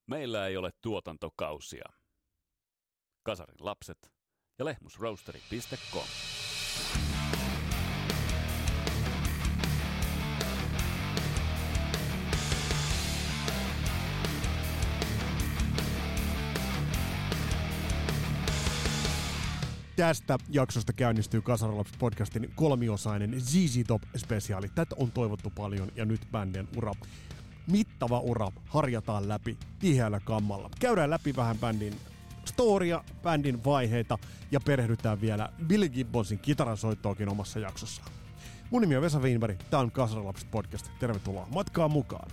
Meillä ei ole tuotantokausia. Kasarin lapset ja lehmusroasteri.com. Tästä jaksosta käynnistyy Kasarin lapset podcastin kolmiosainen ZZ Top-spesiaali. Tätä on toivottu paljon ja nyt bändien ura. Mittava ura harjataan läpi tiheällä kammalla. Käydään läpi vähän bändin storia, bändin vaiheita ja perehdytään vielä Billy Gibbonsin kitarasoittoakin omassa jaksossaan. Mun nimi on Vesa Wienberg, tää on Kasarin lapset podcast. Tervetuloa matkaan mukaan.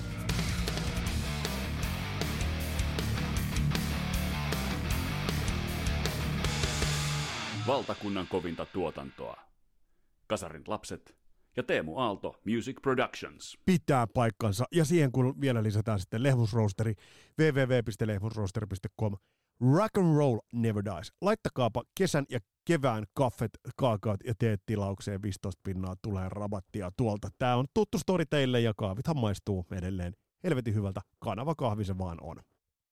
Valtakunnan kovinta tuotantoa. Kasarin lapset ja Teemu Aalto Music Productions. Pitää paikkansa. Ja siihen kun vielä lisätään sitten lehmusroasteri, www.lehmusroasteri.com. Rock and roll never dies. Laittakaapa kesän ja kevään kaffet, kaakaat ja teet tilaukseen. 15% tulee rabattia tuolta. Tää on tuttu story teille ja kaavithan maistuu edelleen helvetin hyvältä. Kanava kahvi se vaan on.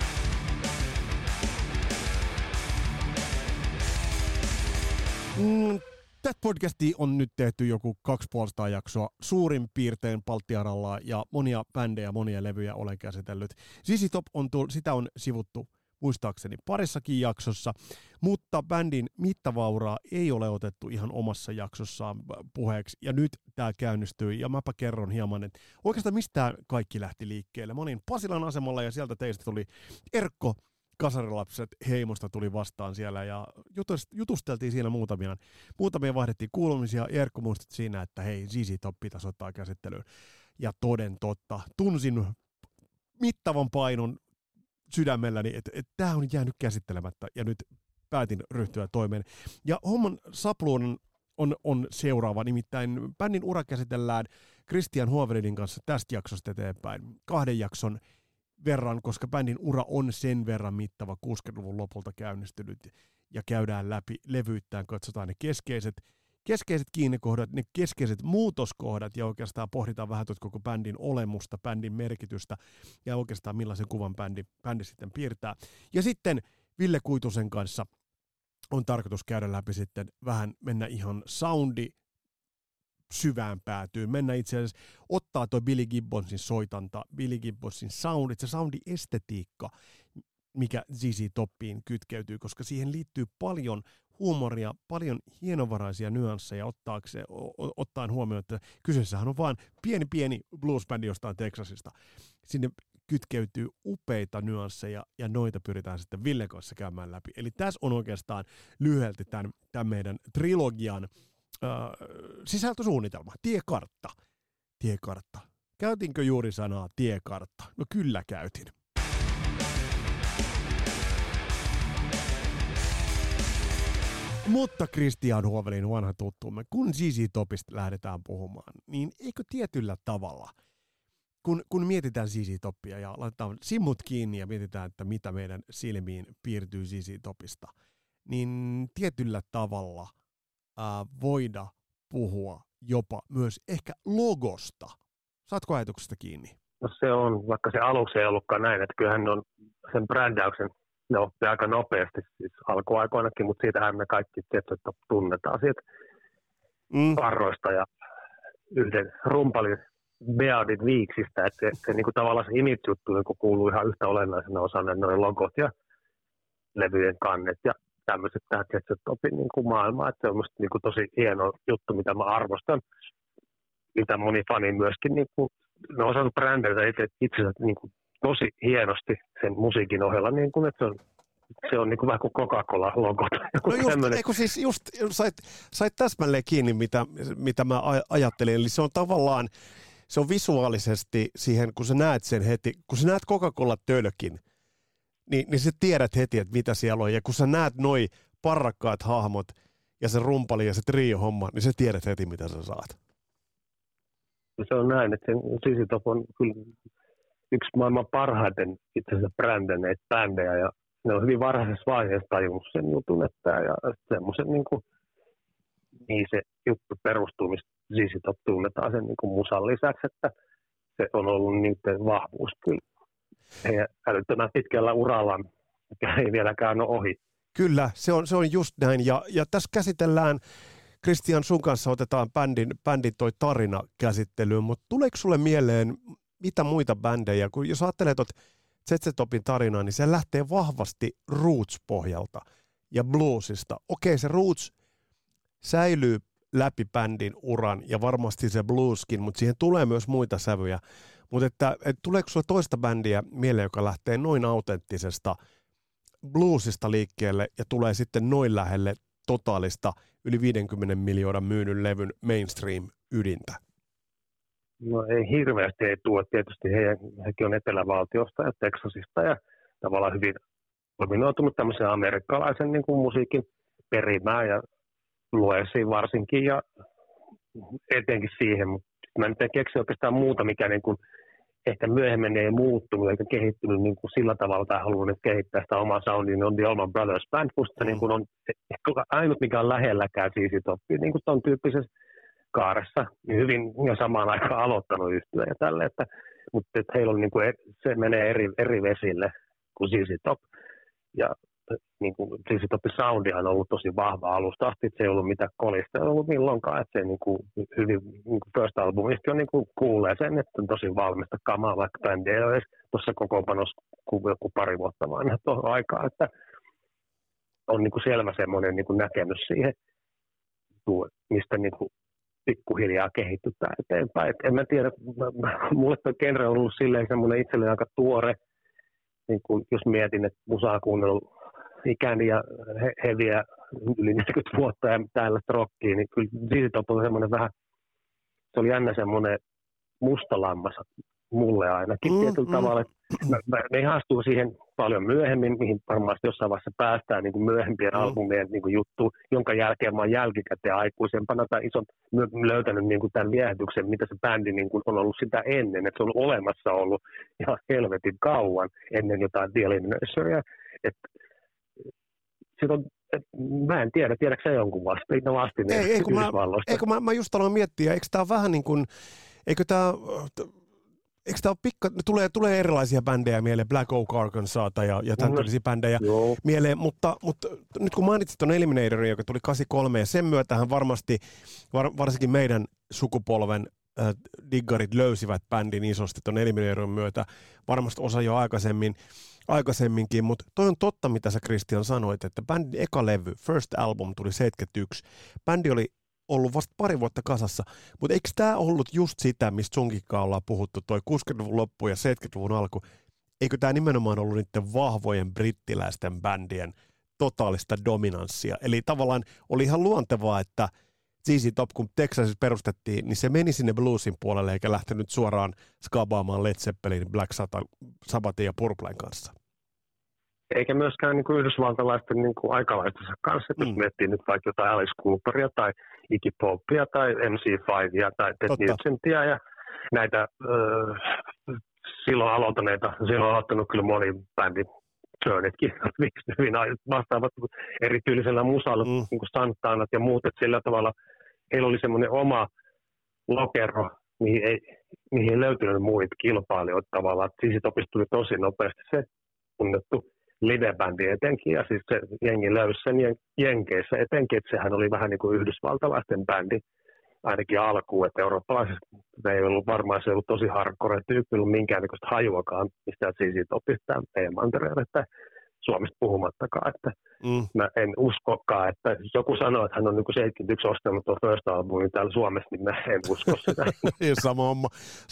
Tätä podcastia on nyt tehty joku 250 jaksoa suurin piirtein palttiaralla ja monia bändejä, monia levyjä olen käsitellyt. ZZ Top sitä on sivuttu muistaakseni parissakin jaksossa, mutta bändin mittavaa uraa ei ole otettu ihan omassa jaksossaan puheeksi ja nyt tämä käynnistyy ja mäpä kerron hieman, että oikeastaan mistä kaikki lähti liikkeelle. Mä olin Pasilan asemalla ja sieltä teistä tuli Erkko Kasarilapset heimosta tuli vastaan siellä ja jutusteltiin siinä muutamia vaihdettiin kuulumisia. Erkko muistutti siinä, että hei, ZZ Top pitäisi ottaa käsittelyyn. Ja toden totta, tunsin mittavan painon sydämelläni, että tämä on jäänyt käsittelemättä ja nyt päätin ryhtyä toimeen. Ja homman sapluun on seuraava, nimittäin bändin ura käsitellään Christian Huoveridin kanssa tästä jaksosta eteenpäin 2 jakson verran, koska bändin ura on sen verran mittava 60-luvun lopulta käynnistynyt ja käydään läpi levyyttään, katsotaan ne keskeiset kiinnekohdat, ne keskeiset muutoskohdat ja oikeastaan pohditaan vähän koko bändin olemusta, bändin merkitystä ja oikeastaan millaisen kuvan bändi sitten piirtää. Ja sitten Ville Kuitusen kanssa on tarkoitus käydä läpi sitten vähän mennä ihan soundi syvään päätyyn. Mennään itse asiassa ottaa toi Billy Gibbonsin soitanta, Billy Gibbonsin soundit, se soundiestetiikka, mikä ZZ Toppiin kytkeytyy, koska siihen liittyy paljon huumoria, paljon hienovaraisia nyansseja ottaen huomioon, että kyseessähän on vaan pieni bluesbändi jostain Texasista. Sinne kytkeytyy upeita nyansseja ja noita pyritään sitten Ville kanssa käymään läpi. Eli tässä on oikeastaan lyhyelti tämän meidän trilogian sisältösuunnitelma, tiekartta. Käytinkö juuri sanaa tiekartta? No kyllä käytin. Mutta Christian Huovelin vanha tuttumme, kun ZZ Topista lähdetään puhumaan, niin eikö tietyllä tavalla, kun mietitään ZZ Topia ja laitetaan simmut kiinni ja mietitään, että mitä meidän silmiin piirtyy ZZ Topista, niin tietyllä tavalla voida puhua jopa myös ehkä logosta. Saatko ajatuksesta kiinni? No se on, vaikka se aluksi ei ollutkaan näin, että kyllähän on sen brändäyksen, ne oppi aika nopeasti, siis alkuaikoinakin, mutta siitähän me kaikki tietysti tunnetaan siitä parroista ja yhden rumpalin Bearded Weeksistä, että se niin kuin tavallaan se image-juttu niin kuuluu ihan yhtä olennaisena osana noin logot ja levyjen kannet ja tämmöiset tähän ZZ Topin niin kuin maailmaan, että se on musta niin kuin tosi hieno juttu, mitä mä arvostan, mitä moni fani myöskin niin kuin, ne on osannut brändätä itsensä niin kuin tosi hienosti sen musiikin ohella, niin kuin, että se on niin kuin vähän kuin Coca-Cola-logot. No just sait täsmälleen kiinni, mitä mä ajattelin, eli se on tavallaan, se on visuaalisesti siihen, kun sä näet sen heti, kun sä näet Coca-Cola-tölkin, niin sä tiedät heti, että mitä siellä on. Ja kun sä näet noi parrakkaat hahmot ja se rumpali ja se trio-homma, niin sä tiedät heti, mitä sä saat. Se on näin, että ZZ Top on kyllä yksi maailman parhaiten itse asiassa brändänneitä bändejä. Ja ne on hyvin varhaisessa vaiheessa tajunnut sen jutun, että ja semmoisen niin se juttu perustuu, mistä ZZ Top tunnetaan sen niin kuin musan lisäksi, että se on ollut niiden vahvuus kyllä. heidän älyttömän pitkällä uralla, mikä ei vieläkään ole ohi. Kyllä, se on just näin. Ja tässä käsitellään, Kristian, sun kanssa otetaan bändin toi tarina käsittelyyn, mutta tuleeko sulle mieleen mitä muita bändejä, kun jos ajattelee ZZ Topin tarinaa, niin se lähtee vahvasti roots-pohjalta ja bluesista. Okei, se roots säilyy läpi bändin uran ja varmasti se blueskin, mutta siihen tulee myös muita sävyjä. Mutta että tuleeko sulle toista bändiä mieleen, joka lähtee noin autenttisesta bluesista liikkeelle ja tulee sitten noin lähelle totaalista yli 50 miljoonan myynnin levyn mainstream-ydintä? No ei hirveästi ei tule. Tietysti hekin on etelävaltiosta ja Texasista ja tavallaan hyvin dominoitunut tämmöisen amerikkalaisen niin kuin musiikin perimään ja bluesiin varsinkin ja etenkin siihen. Mutta mä nyt en keksi oikeastaan muuta, mikä niin kuin ehkä myöhemmin ei muuttunut eikä kehittynyt niin kuin sillä tavalla tai halunnut kehittää sitä omaa soundia, on The Allman Brothers Band. Musta niin kuin on ainut, mikä on lähelläkään ZZ Topia, niin kuin ton tyyppisessä kaaressa, niin hyvin ja samaan aikaan aloittanut yhtyä ja tälle, mutta heillä on niin kuin, se menee eri vesille kuin ZZ Top. Ja niin kuin ZZ Topin soundihan on ollut tosi vahva alusta asti, että se ei ollut mitään kolista, ei ollut milloinkaan, että se niin kuin, hyvin niin kuin first albumista on niin kuin kuulee sen, että on tosi valmista kamaa, vaikka bändi ei ole edes tuossa kokoonpanossa joku pari vuotta vanha tuohon aikaan, että on niin kuin selvä semmoinen niin kuin näkemys siihen, mistä niin kuin pikkuhiljaa kehittytään eteenpäin. Et en mä tiedä, mulle tuo genre on ollut silleen semmoinen itselleni aika tuore, niin kun, jos mietin, että musaa kuunnellut ikäni ja heviä yli 40 vuotta ja tällaista rockia, niin kyllä ZZ Top on semmoinen vähän, se oli jännä semmoinen mustalammas mulle ainakin tietyllä tavalla. Me ihastuu siihen paljon myöhemmin, mihin varmasti jossain vaiheessa päästään niin kuin myöhempien albumien niin kuin juttuun, jonka jälkeen mä oon jälkikäteen aikuisempana tai löytänyt niin kuin tämän viehätyksen, mitä se bändi niin kuin on ollut sitä ennen, että se on olemassa ollut ihan helvetin kauan ennen jotain The Eliminationia. Mä en tiedä, tiedätkö sä jonkun vastineen Yhdysvalloista? Kun mä just aloin miettiä, eikö tää vähän niin kuin, eikö tää tulee erilaisia bändejä mieleen, Black Oak Arkansas'ta ja tämän tyylisiä bändejä mieleen, mutta nyt kun mainitsit ton Eliminatorin, joka tuli 83, ja sen myötähän varmasti, varsinkin meidän sukupolven diggarit löysivät bändin isosti ton Eliminatorin myötä, varmasti osa jo aikaisemminkin, mutta toi on totta, mitä sä Kristian sanoit, että bändin eka levy, First Album, tuli 71. Bändi oli ollut vasta pari vuotta kasassa, mutta eikö tämä ollut just sitä, mistä sunkinkaan ollaan puhuttu, toi 60-luvun loppu ja 70-luvun alku, eikö tämä nimenomaan ollut niiden vahvojen brittiläisten bändien totaalista dominanssia, eli tavallaan oli ihan luontevaa, että ZZ Top, kun Texasissa perustettiin, niin se meni sinne bluesin puolelle, eikä lähtenyt suoraan skabaamaan Led Zeppelin, Black Sabbathin ja Purplen kanssa. Eikä myöskään niin kuin yhdysvaltalaisten niin kuin aikalaistensa kanssa, jos miettii nyt vaikka jotain Alice Cooperia tai Iggy Popia tai MC5 tai Ted Nugentia ja näitä silloin aloittaneita, silloin on aloittanut kyllä moni bändi Journeytkin hyvin vastaavat erityylisellä musalla, niin kuin Santanat ja muut, että sillä tavalla heillä oli semmoinen oma lokero, mihin ei löytynyt muita kilpailijoita tavallaan. ZZ Topista tuli tosi nopeasti se tunnettu live-bändi etenkin, ja siis se jengi löysi sen Jenkeissä etenkin, että sehän oli vähän niin kuin yhdysvaltalaisten bändi, ainakin alkuun, että eurooppalaisessa ei ollut varmaan, se ei ollut tosi hardcore-tyyppi, ei ollut minkäännäköistä hajuakaan mistään ZZ Topista meidän mantereella, että Suomesta puhumattakaan, että mä en uskokaan, että jos joku sanoo, että hän on niin 71 ostanut tuon First Albumin täällä Suomessa, niin mä en usko sitä. Sama homma.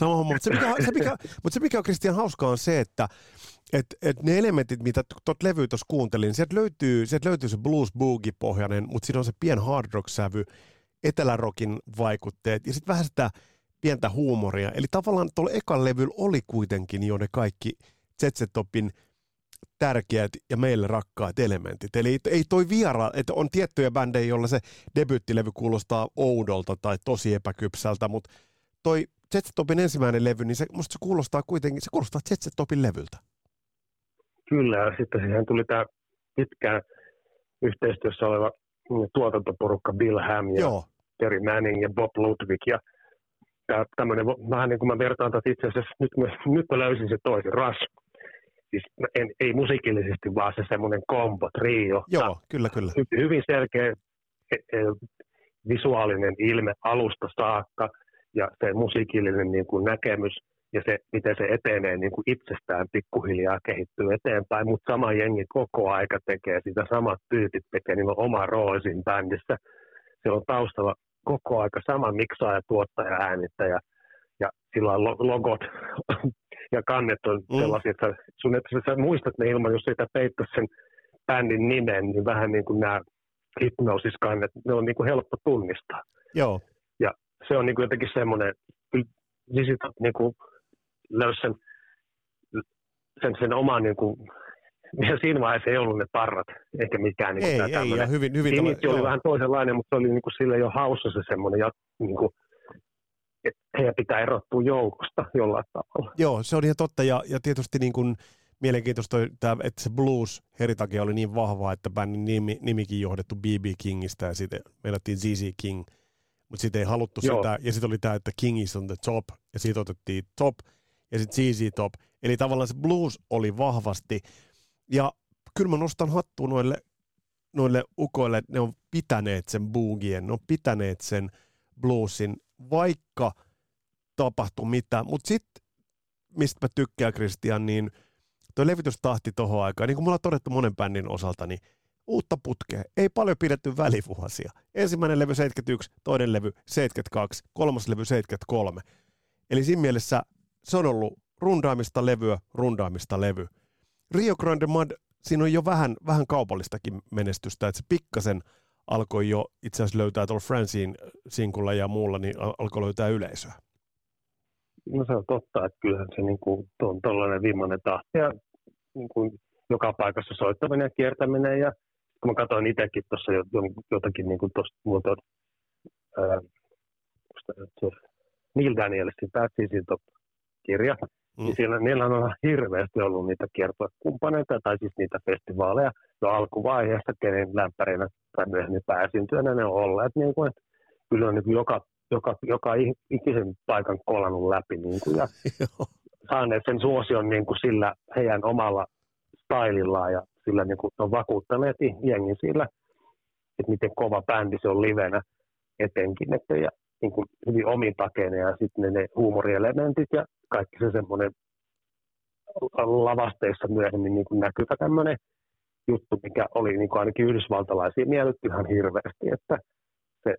Mutta se mikä on Kristian hauskaa on se, että ne elementit, mitä tuot levyä tuossa kuuntelin, sieltä löytyy se blues boogie-pohjainen, mutta siinä on se pien hard rock-sävy, etelärockin vaikutteet ja sitten vähän sitä pientä huumoria. Eli tavallaan tuolla ekan levyllä oli kuitenkin jo ne kaikki ZZ Topin tärkeät ja meille rakkaat elementit. Eli ei toi että on tiettyjä bändejä, joilla se debyyttilevy kuulostaa oudolta tai tosi epäkypsältä, mutta toi ZZ Topin ensimmäinen levy, niin musta se kuulostaa ZZ Topin levyltä. Kyllä, ja sitten siihen tuli tämä pitkään yhteistyössä oleva tuotantoporukka Bill Ham ja Terry Manning ja Bob Ludwig ja tämmöinen, vähän niin kuin mä vertaan tätä itse asiassa, nyt mä löysin se toisen, Rush, siis ei musiikillisesti, vaan se semmoinen kombo, trio. Joo, kyllä. Hyvin selkeä visuaalinen ilme alusta saakka ja se musiikillinen niin kuin näkemys ja se, miten se etenee niin kuin itsestään pikkuhiljaa kehittyy eteenpäin, mutta sama jengi koko aika tekee sitä, samat tyypit tekee, niillä on oma rooli siinä bändissä. Siellä on taustalla koko aika sama miksaaja, tuottaja, äänittäjä ja sillä on logot ja kannet on sellaisia, että sä muistat ne ilman, jos sitä peittäisi sen bändin nimen, niin vähän niin kuin nämä Hypnosis-kannet, ne on niin kuin helppo tunnistaa. Joo. Ja se on niin kuin jotenkin semmoinen, niin kuin löysi sen oman, niin kuin, ja siinä vaiheessa ei ollut ne parrat, eikä mikään. Niin ei, ja hyvin Initio oli vähän toisenlainen, mutta se oli niin kuin sille jo haussa se semmoinen, niin kuin, että heidän pitää erottua joukosta jollain tavalla. Joo, se on ihan totta, ja tietysti niin kuin mielenkiintoista, että se blues-heri takia oli niin vahvaa, että bändin nimikin johdettu B.B. Kingistä, ja sitten meinattiin Z.Z. King, mutta sitten ei haluttu sitä, ja sitten oli tämä, että King is on the top, ja siitä otettiin top, ja sitten Z.Z. top, eli tavallaan se blues oli vahvasti, ja kyllä mä nostan hattuun noille ukoille, että ne on pitäneet sen boogien, ne on pitäneet sen bluesin, vaikka tapahtui mitään, mutta sitten, mistä mä tykkään, Kristian, niin tuo levitystahti tohon aikaan, niin kuin me ollaan todettu monen bändin osalta, niin uutta putkea, ei paljon pidetty välivuosia. Ensimmäinen levy 71, toinen levy 72, kolmas levy 73. Eli siinä mielessä se on ollut rundaamista levy. Rio Grande Mud, siinä on jo vähän kaupallistakin menestystä, että se pikkasen alkoi jo itse asiassa löytää tuolla Francine sinkulla ja muulla, niin alkoi löytää yleisöä. No se on totta, että kyllähän se niin kuin, on tuollainen viimeinen tahti ja niin kuin, joka paikassa soittaminen ja kiertäminen. Ja kun mä katsoin itsekin tuossa jotakin niin kuin tuosta Neil Danielsin Bad Season Top-kirja, niin siellä niillä on hirveästi ollut niitä kiertokumppaneita tai siis niitä festivaaleja jo alkuvaiheessa, kenen lämpärinä tai myöhemmin pääesiintyjänä ne on olleet. Niin kuin, että kyllä on niin kuin joka ikisen paikan kolannut läpi niin kuin, ja saaneet sen suosion niin kuin sillä heidän omalla stylillaan ja sillä niin kuin on vakuuttaneet jengi sillä, että miten kova bändi se on livenä etenkin, että ja niin kuin hyvin omintakeinen ja sitten ne huumorielementit ja kaikki se semmoinen lavasteissa myöhemmin niin kuin näkyvä tämmöinen juttu, mikä oli niin kuin ainakin yhdysvaltalaisia miellytti ihan hirveästi, että se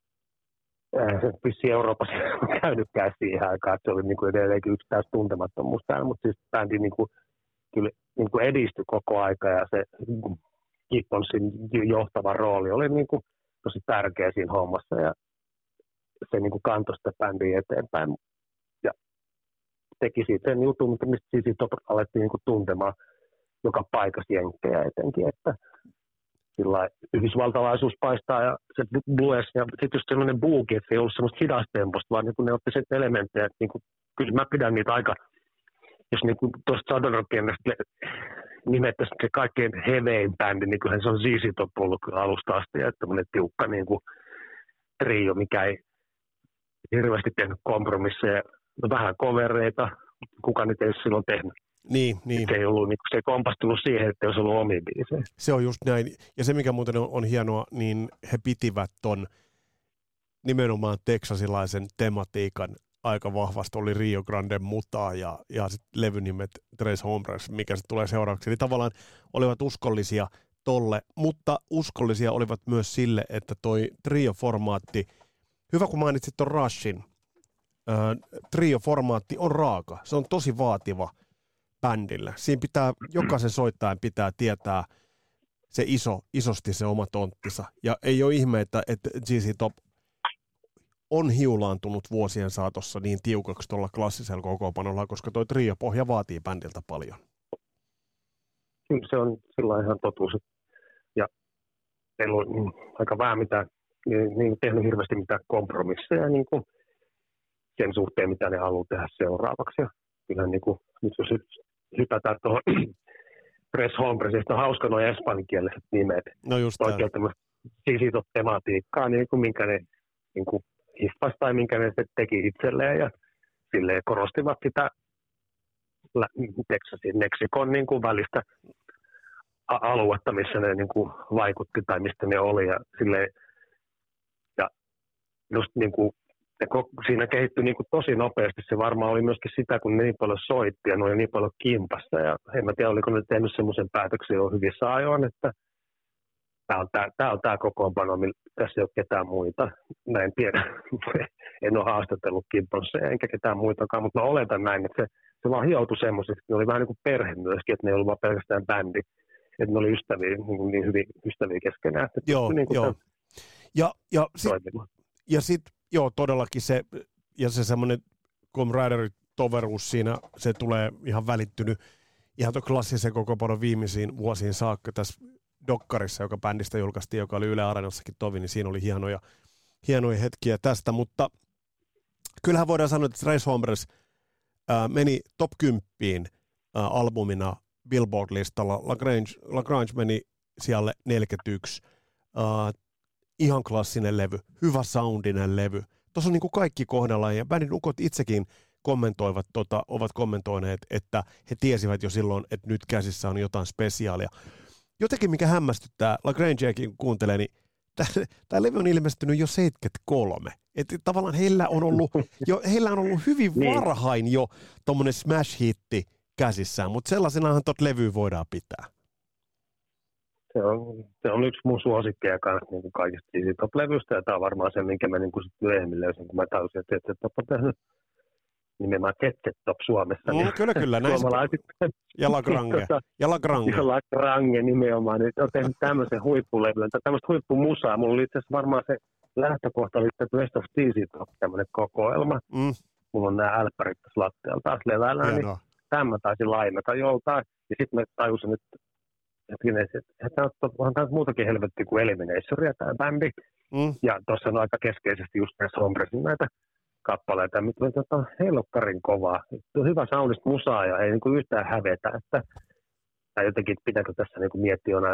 vissiin Euroopassa on käynytkään siihen aikaan, että se oli niin kuin edelleenkin yksi täys tuntemattomuus täällä, mutta siis bändi niin kuin, kyllä niin kuin edistyi koko aika ja se Gibbonsin johtava rooli oli niin kuin tosi tärkeä siinä hommassa ja se niin kuin kantoi sitä bändiä eteenpäin ja teki siitä sen jutun, mistä siis alettiin niin kuin tuntemaan joka paikassa jenkkejä etenkin, että sillä yhdysvaltalaisuus paistaa ja se blues ja sitten just sellainen boogie, että se ei ollut semmoista hidastemposta, vaan niin kun ne otti sen elementtejä, että niin kuin, kyllä mä pidän niitä aika, jos niin tuosta Southern Rockien nimettäisiin se kaikkein hevein bändi, niin kyllähän se on ZZ Top ollut alusta asti, että tämmöinen tiukka niin kuin trio, mikä ei hirveästi tehnyt kompromisseja, vähän covereita, kuka niitä ei ole silloin tehnyt. Niin. Se ei ollut, se ei kompastunut siihen, että olisi ollut omia biisejä. Se on just näin. Ja se, mikä muuten on hienoa, niin he pitivät ton nimenomaan teksasilaisen tematiikan aika vahvasti. Oli Rio Grande Muta ja sitten levynimet Tres Hombres, mikä sitten tulee seuraavaksi. Eli tavallaan olivat uskollisia tolle, mutta uskollisia olivat myös sille, että toi trio-formaatti, hyvä kun mainitsit ton Rushin, trio-formaatti on raaka. Se on tosi vaativa bändillä. Siinä pitää, jokaisen soittajan pitää tietää se isosti se oma tonttisa. Ja ei ole ihme, että ZZ Top on hiulaantunut vuosien saatossa niin tiukaksi tuolla klassisella kokoonpanolla, koska tuo trio-pohja vaatii bändiltä paljon. Kyllä se on sillä ihan totuus. Ja meillä on aika vähän mitään, niin tehnyt hirveästi mitään kompromisseja niin kuin sen suhteen, mitä ne haluaa tehdä seuraavaksi. Ja kyllähän niin kuin, nyt jos hypätään tuohon Tres Hombresista, on hauska nuo espanjankieliset nimet. No just oikein tämmöistä tematiikkaa, niin kuin minkä ne niin kuin hiffasi tai minkä ne teki itselleen ja silleen korostivat sitä Texasin Meksikon niin kuin välistä aluetta, missä ne niin kuin vaikutti tai mistä ne oli. Ja just niin kuin, siinä kehittyi niin kuin tosi nopeasti. Se varmaan oli myöskin sitä, kun ne niin paljon soitti ja ne oli niin paljon kimpassa. Ja en mä tiedä, oliko ne tehnyt semmoisen päätöksen jo hyvissä ajoin, että tämä on tämä kokoonpano, tässä ei ole ketään muita. Mä en tiedä, en ole haastatellut Gibbonsia enkä ketään muitakaan, mutta mä oletan näin, että se vaan hioutui semmoiseksi, että ne oli vähän niin kuin perhe myöskin, että ne ei ollut vaan pelkästään bändi, että ne oli ystäviä, niin hyvin ystäviä keskenään. Joo, niin joo. Ja sitten todellakin se semmoinen camaraderie-toveruus siinä, se tulee ihan välittynyt ihan tuon klassisen kokoonpanon viimeisiin vuosiin saakka tässä dokkarissa, joka bändistä julkaistiin, joka oli Yle Areenassakin tovi, niin siinä oli hienoja hetkiä tästä, mutta kyllähän voidaan sanoa, että Tres Hombres meni top 10 albumina Billboard-listalla. Lagrange meni siellä 41. Ihan klassinen levy, hyvä soundinen levy. Tuossa on niin kuin kaikki kohdallaan, ja bändin ukot itsekin ovat kommentoineet, että he tiesivät jo silloin, että nyt käsissä on jotain spesiaalia. Jotenkin, mikä hämmästyttää, Lagrangeakin kuuntelee, niin tämä levy on ilmestynyt jo 73. Että tavallaan heillä on ollut hyvin varhain jo tommonen smash-hitti käsissään, mutta sellaisenahan tot levyä voidaan pitää. Se on yksi mun suosikkeja kanssa niin kuin kaikista Easy Top-levystä, ja tämä on varmaan se, minkä mä niin kuin sitten myöhemmin löysin, kun mä tajusin, että Jet Set Top on tehnyt nimenomaan Jet Set Top Suomessa. Niin kyllä, näin. Ja Lagrange. Ja Lagrange nimenomaan, niin on tehnyt tämmöisen huippulevyn, tai tämmöistä huippumusaa. Mulla oli itse asiassa varmaan se lähtökohta, oli että Best of Easy Top, tämmöinen kokoelma. Mulla on nämä älppärit tässä lattialla taas levällä, niin tämä taisi lainata joltain. Ja sitten mä tajusin, että onhan tämä muutakin helvettiä kuin Eliminationia tämä bändi. Ja tuossa on aika keskeisesti just näissä Hombresin näitä kappaleita, mitä on helkkarin kovaa. On hyvä soundista musaa ja ei niin yhtään hävetä. Tai jotenkin pitääkö tässä niin miettiä jonain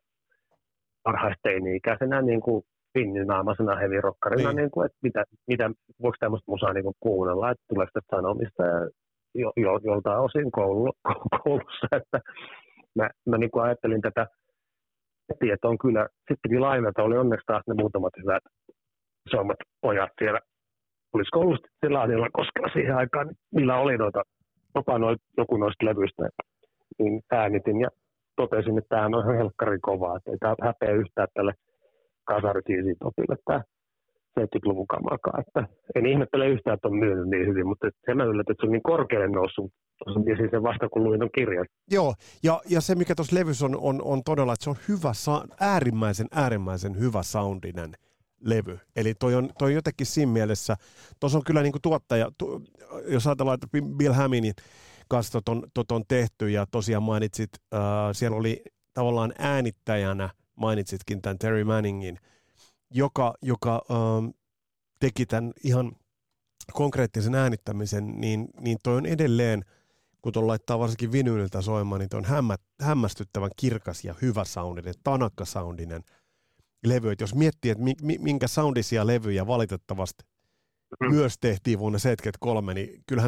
parhaisteini-ikäisenä niin pinnynaamaisena heavy-rockarina, niin että voiko tämmöistä musaa niin kuunnella, että tuleeko tästä sanomista ja joltain osin koulussa. Että mä niin ajattelin tätä, että on kyllä, sittenkin lainata, oli onneksi taas ne muutamat hyvät isommat pojat siellä poliisikoulusta Selaanilla, koska siihen aikaan niillä oli joku noista levyistä, niin äänitin ja totesin, että tämä on ihan helkkari kovaa, että ei tämä häpeä yhtään tälle kasaritiisitopille tämä 70-luvun kamakaan, että en ihmettele yhtään, että on myynyt niin hyvin, mutta se mä yllätän, että se on niin korkealle noussut, tiesin sen vasta, kun luin ton kirjan. Joo, ja se mikä tuossa levyssä on todella, että se on hyvä, äärimmäisen hyvä soundinen levy. Eli toi on jotenkin siinä mielessä, tuossa on kyllä niin kuin tuottaja, jos ajatellaan, että Bill Haminin kanssa on tehty, ja tosiaan mainitsit, siellä oli tavallaan äänittäjänä, mainitsitkin tämän Terry Manningin, joka teki tämän ihan konkreettisen äänittämisen, niin toi on edelleen, kun tuon laittaa varsinkin vinyliltä soimaan, niin toi on hämmästyttävän kirkas ja hyvä soundinen, tanakka soundinen levy. Et jos miettii, että minkä soundisia levyjä valitettavasti myös tehtiin vuonna 1973, niin kyllähän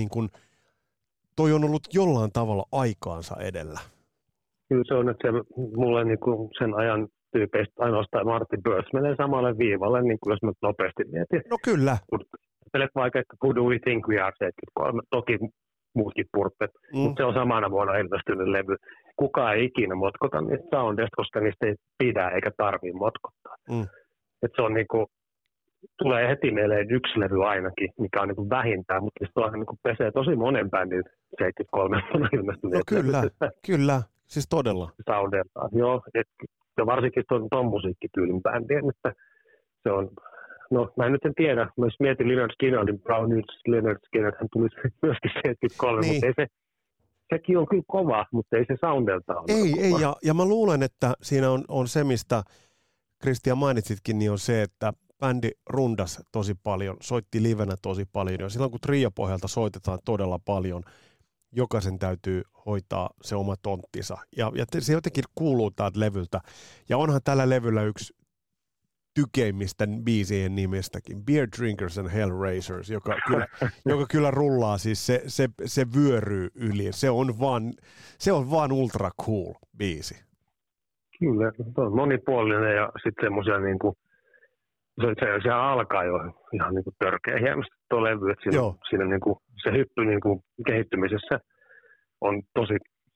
toi on ollut jollain tavalla aikaansa edellä. Kyllä se on, että mulle niin kuin sen ajan tyypeistä ainoastaan Martin Birch menee samalle viivalle, niin kuin jos mä nopeasti mietin. No kyllä. Vaikka, että Who Do We Think We Are 73, toki muutkin purppet, mutta se on samana vuonna ilmestynyt levy. Kukaan ei ikinä motkota niistä soundeista, koska niistä ei pidä eikä tarvitse motkottaa. Että se on niinku, tulee heti mieleen yksi levy ainakin, mikä on niinku vähintään, mutta se on niinku pesee tosi monen bändin 73 vuonna ilmestynyt. No kyllä, siis todella. Soundeltaan, joo. Ja varsinkin tuon musiikkityylin bändien, että se on. No, mä nyt en tiedä. Mä mietin Lynyrd Skynyrdin Brown Lynyrd Skynyrd, hän tuli myöskin 73, niin. Mutta sekin on kyllä kova, mutta ei se soundelta ole. Ei, ja mä luulen, että siinä on se, mistä Kristian mainitsitkin, niin on se, että bändi rundas tosi paljon, soitti livenä tosi paljon, ja silloin kun trio-pohjalta soitetaan todella paljon, jokaisen täytyy hoitaa se oma tonttinsa, ja se jotenkin kuuluu täältä levyltä, ja onhan tällä levyllä yksi tykeimmistä biisien nimestäkin, Beer Drinkers and Hellraisers, joka kyllä rullaa, siis se vyöryy yli. Se on vaan ultra cool biisi. Kyllä, se on monipuolinen ja sitten semmoisia niinku, se alkaa jo ihan niinku törkeä hienosti tuo levy, että siinä niinku, se hyppy niinku kehittymisessä on tosi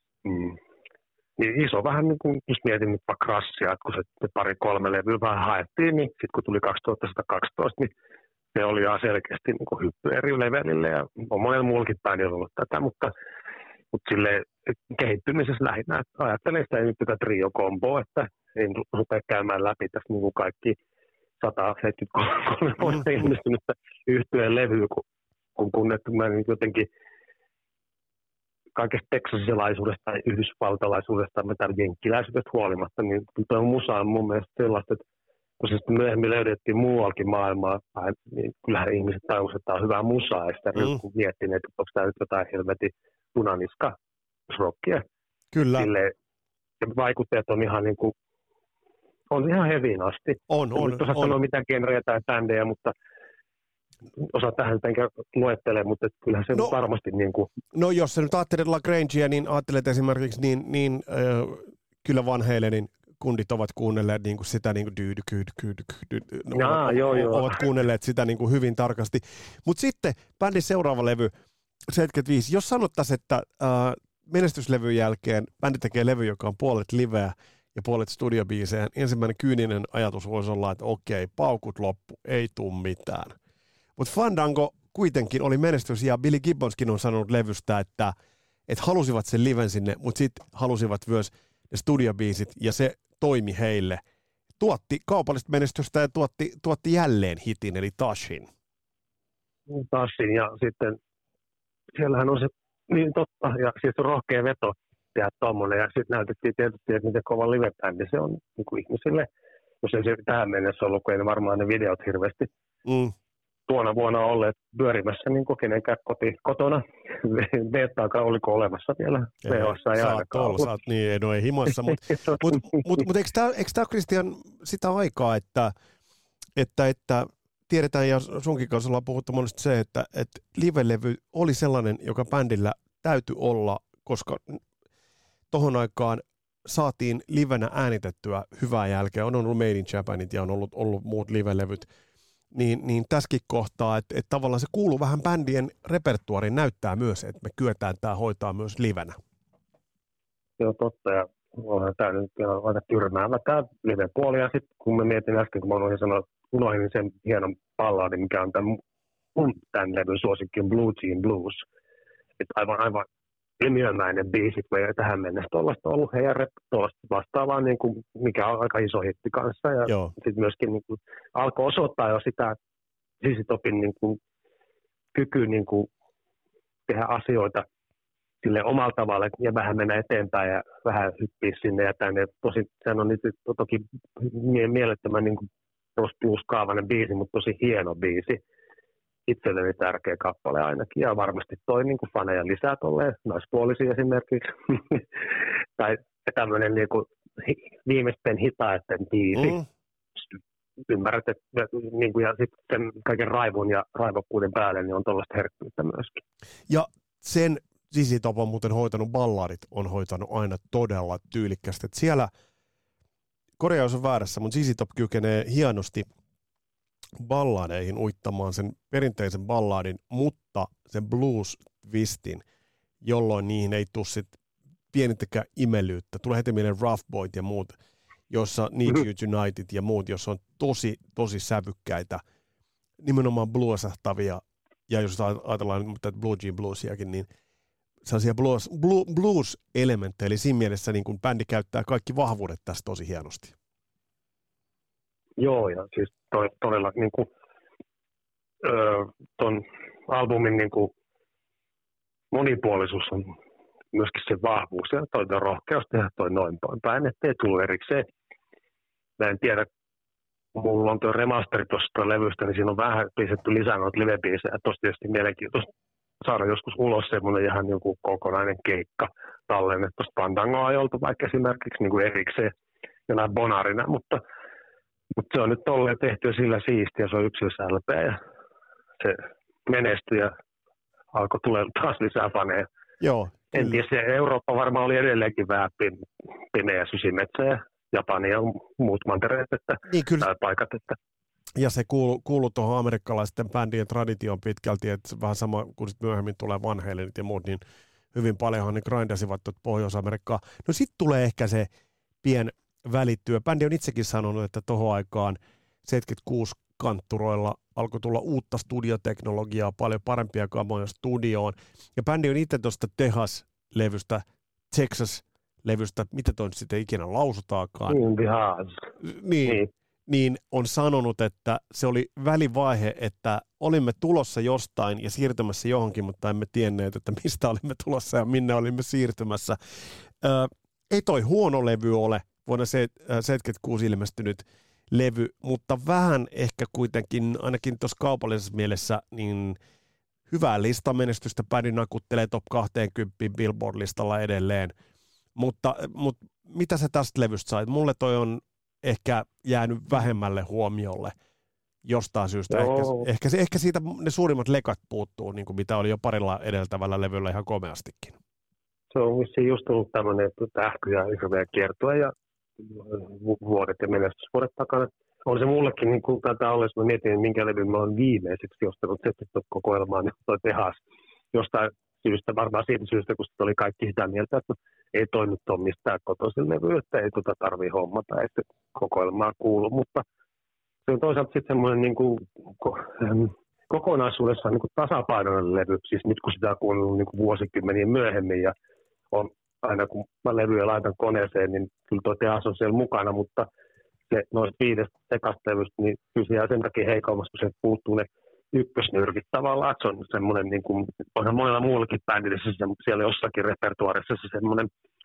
niin iso, vähän niin kuin, jos mietin nyt vaikka Crashia, että kun se 2-3 levyä vähän haettiin, niin sitten kun tuli 2112, niin se oli ihan selkeästi niin kuin hyppy eri levelille, ja on monella muullakin bändillä ollut tätä, mutta silleen kehittymisessä lähinnä, että ajattelen sitä nyt tätä trio-komboa, että en rupea käymään läpi tässä niin kuin kaikki 173 vuotta ilmestynyttä yhtyeen levyä, kun mä niin jotenkin kaikesta teksasilaisuudesta tai yhdysvaltalaisuudesta tai jenkkiläisyydestä huolimatta, niin tuo musa on mun mielestä sellaista, että kun se sitten myöhemmin löydettiin muuallakin maailmaa, niin kyllähän ihmiset tajusivat, että tämä on hyvää musaa, ja sitä kun miettii, että onko tämä nyt jotain helvetin punaniska rockia. Kyllä. Silleen, ja vaikutteet on ihan niin kuin, on ihan heviin asti. On. Nyt osaa sanoa mitään genrejä tai bändejä, mutta osaa tähän enkä luettele, mutta kyllähän se varmasti niin kuin. No jos sä nyt ajattelet Lagrangea, niin ajattelet esimerkiksi kyllä Van Halenin kundit ovat kuunnelleet niin kuin sitä niin kuin ovat kuunnelleet sitä niin kuin hyvin tarkasti. Mutta sitten bändin seuraava levy 75. Jos sanottaisiin, että menestyslevyn jälkeen bändi tekee levy, joka on puolet liveä ja puolet studiobiisejä, ensimmäinen kyyninen ajatus voisi olla, että okei, paukut loppu, ei tule mitään. Mutta Fandango kuitenkin oli menestys, ja Billy Gibbonskin on sanonut levystä, että halusivat sen liven sinne, mutta sitten halusivat myös ne studiobiisit, ja se toimi heille. Tuotti kaupallista menestystä ja tuotti jälleen hitin, eli Tashin. Tashin, ja sitten siellähän on se niin totta, ja siis on rohkea veto tehdä tommoinen, ja sitten näytettiin tietysti, että miten kova live-bändi se on niin kuin ihmisille, jos ei se tähän mennessä ollut, kun ei varmaan ne videot hirveästi tuona vuonna olleet pyörimässä niin kuin kenenkään kotona. Beettaakaan oliko olemassa vielä? Ei himassa, mutta eikö tämä Kristian sitä aikaa, että tiedetään, ja sunkin kanssa ollaan puhuttu monesti se, että live-levy oli sellainen, joka bändillä täytyi olla, koska tohon aikaan saatiin livenä äänitettyä hyvää jälkeä. On ollut Made in Japanit ja on ollut muut live-levyt. Niin tässäkin kohtaa, että tavallaan se kuuluu vähän bändien repertuariin, näyttää myös, että me kyetään tämä hoitaa myös livenä. Joo, totta, ja onhan tämä nyt aika tyrmäävä tämä live-puoli, ja sitten kun mä mietin äsken, kun mä unohdin sen hienon balladin, mikä on tämän levyn suosikki, Blue Jean Blues, että aivan ilmiömäinen biisi, kun ei tähän mennessä tuollaista ollut heidän tuollaista vastaavaa, niin kuin, mikä on aika iso hitti kanssa. Ja sitten myöskin niin kuin, alkoi osoittaa jo sitä ZZ Topin niin kuin, kykyä niin kuin, tehdä asioita sille omalla tavalla ja vähän mennä eteenpäin ja vähän hyppiä sinne ja tänne. Sehän on nyt toki mielettömän niin kuin blues-kaavainen biisi, mutta tosi hieno biisi. Itselleni tärkeä kappale ainakin, ja varmasti toi niin kuin faneja lisää tolleen, naispuolisia esimerkiksi, tai tämmöinen niin kuin viimeisten hitaiden biisi. Ymmärrät, että niin kuin, ja sitten kaiken raivon ja raivokkuuden päälle niin on tuollaista herkkyyttä myöskin. Ja sen ZZ Top on muuten hoitanut, balladit on hoitanut aina todella tyylikkästi, että siellä, korjaus on väärässä, mutta ZZ Top kykenee hienosti balladeihin uittamaan sen perinteisen balladin, mutta sen blues-twistin, jolloin niihin ei tule sit pienintäkään imelyyttä. Tulee heti mieleen Rough Boyt ja muut, jossa Need You United ja muut, jossa on tosi, tosi sävykkäitä, nimenomaan bluesahtavia, ja jos ajatellaan tätä Blue Jean Bluesiakin, niin sellaisia blues-elementtejä, eli siinä mielessä niin kun bändi käyttää kaikki vahvuudet tässä tosi hienosti. Joo, ja siis todella niin kuin, ton albumin niin kuin, monipuolisuus on myöskin se vahvuus, ja toi rohkeus tehdä toi noin päin, ettei tullut erikseen. Mä en tiedä, mulla on tuo remasteri tuosta levystä, niin siinä on vähän pistetty lisää noita live-biisejä. Tuossa tietysti mielenkiintoista saada joskus ulos semmoinen ihan joku kokonainen keikka tallenne tuosta Fandangoa ajolta vaikka esimerkiksi niin kuin erikseen jonain bonarina, mutta Mutta se on nyt tolleen tehty ja sillä siistiä, se on yksilösälpeä ja se menestyi ja alkoi tulla taas lisää faneja. Joo. En tiedä, se Eurooppa varmaan oli edelleenkin vähän pimeä sysimetsä ja Japani ja muut mantereet niin, tai paikat. Ja se kuuluu tuohon amerikkalaisten bändien traditioon pitkälti, että vähän sama kuin sit myöhemmin tulee Van Halenit ja muut, niin hyvin paljonhan ne grindasivat tuot Pohjois-Amerikkaa. No sitten tulee ehkä se pien välityö. Bändi on itsekin sanonut, että tohon aikaan 76 kantturoilla alkoi tulla uutta studioteknologiaa, paljon parempia kamoja studioon. Ja bändi on itse tuosta Texas-levystä, Texas-levystä, mitä toi nyt sitten ikinä lausutaakaan. Niin on sanonut, että se oli välivaihe, että olimme tulossa jostain ja siirtymässä johonkin, mutta emme tienneet, että mistä olimme tulossa ja minne olimme siirtymässä. Ei toi huono levy ole, vuonna 1976 ilmestynyt levy, mutta vähän ehkä kuitenkin, ainakin tuossa kaupallisessa mielessä, niin hyvää listamenestystä. Bändi nakuttelee top 20 Billboard-listalla edelleen. Mutta mitä sä tästä levystä sait? Mulle toi on ehkä jäänyt vähemmälle huomiolle jostain syystä. Ehkä siitä ne suurimmat lekat puuttuu, niin kuin mitä oli jo parilla edeltävällä levyllä ihan komeastikin. Se on vissiin just ollut tämmöinen tähky ja hirveä kiertue ja vuodet ja menestysvuodet takana. On se mullekin, niin kuin tätä ollessa, mä mietin, minkä levyn mä olen viimeiseksi ostanut kokoelmaan, niin toi Texas jostain syystä, varmaan siitä syystä, kun oli kaikki sitä mieltä, että ei toi nyt ole mistään kotoisin levy, että ei tarvii hommata, että kokoelmaa kuulu, mutta se on toisaalta sitten semmoinen niin kuin, kokonaisuudessaan niin kuin tasapainoinen levy, siis nyt kun sitä on kuunnellut niin kuin vuosikymmenien myöhemmin ja on aina kun mä levyjä laitan koneeseen, niin kyllä tuo Texas on siellä mukana, mutta se noista 5 ekasta levystä, niin kyllä se jää sen takia heikommassa, kun se puuttuu ne ykkösnyrkit tavallaan, että se on semmoinen, niin kuin, onhan monella muullakin bändillä, siellä jossakin repertuaarissa se semmoinen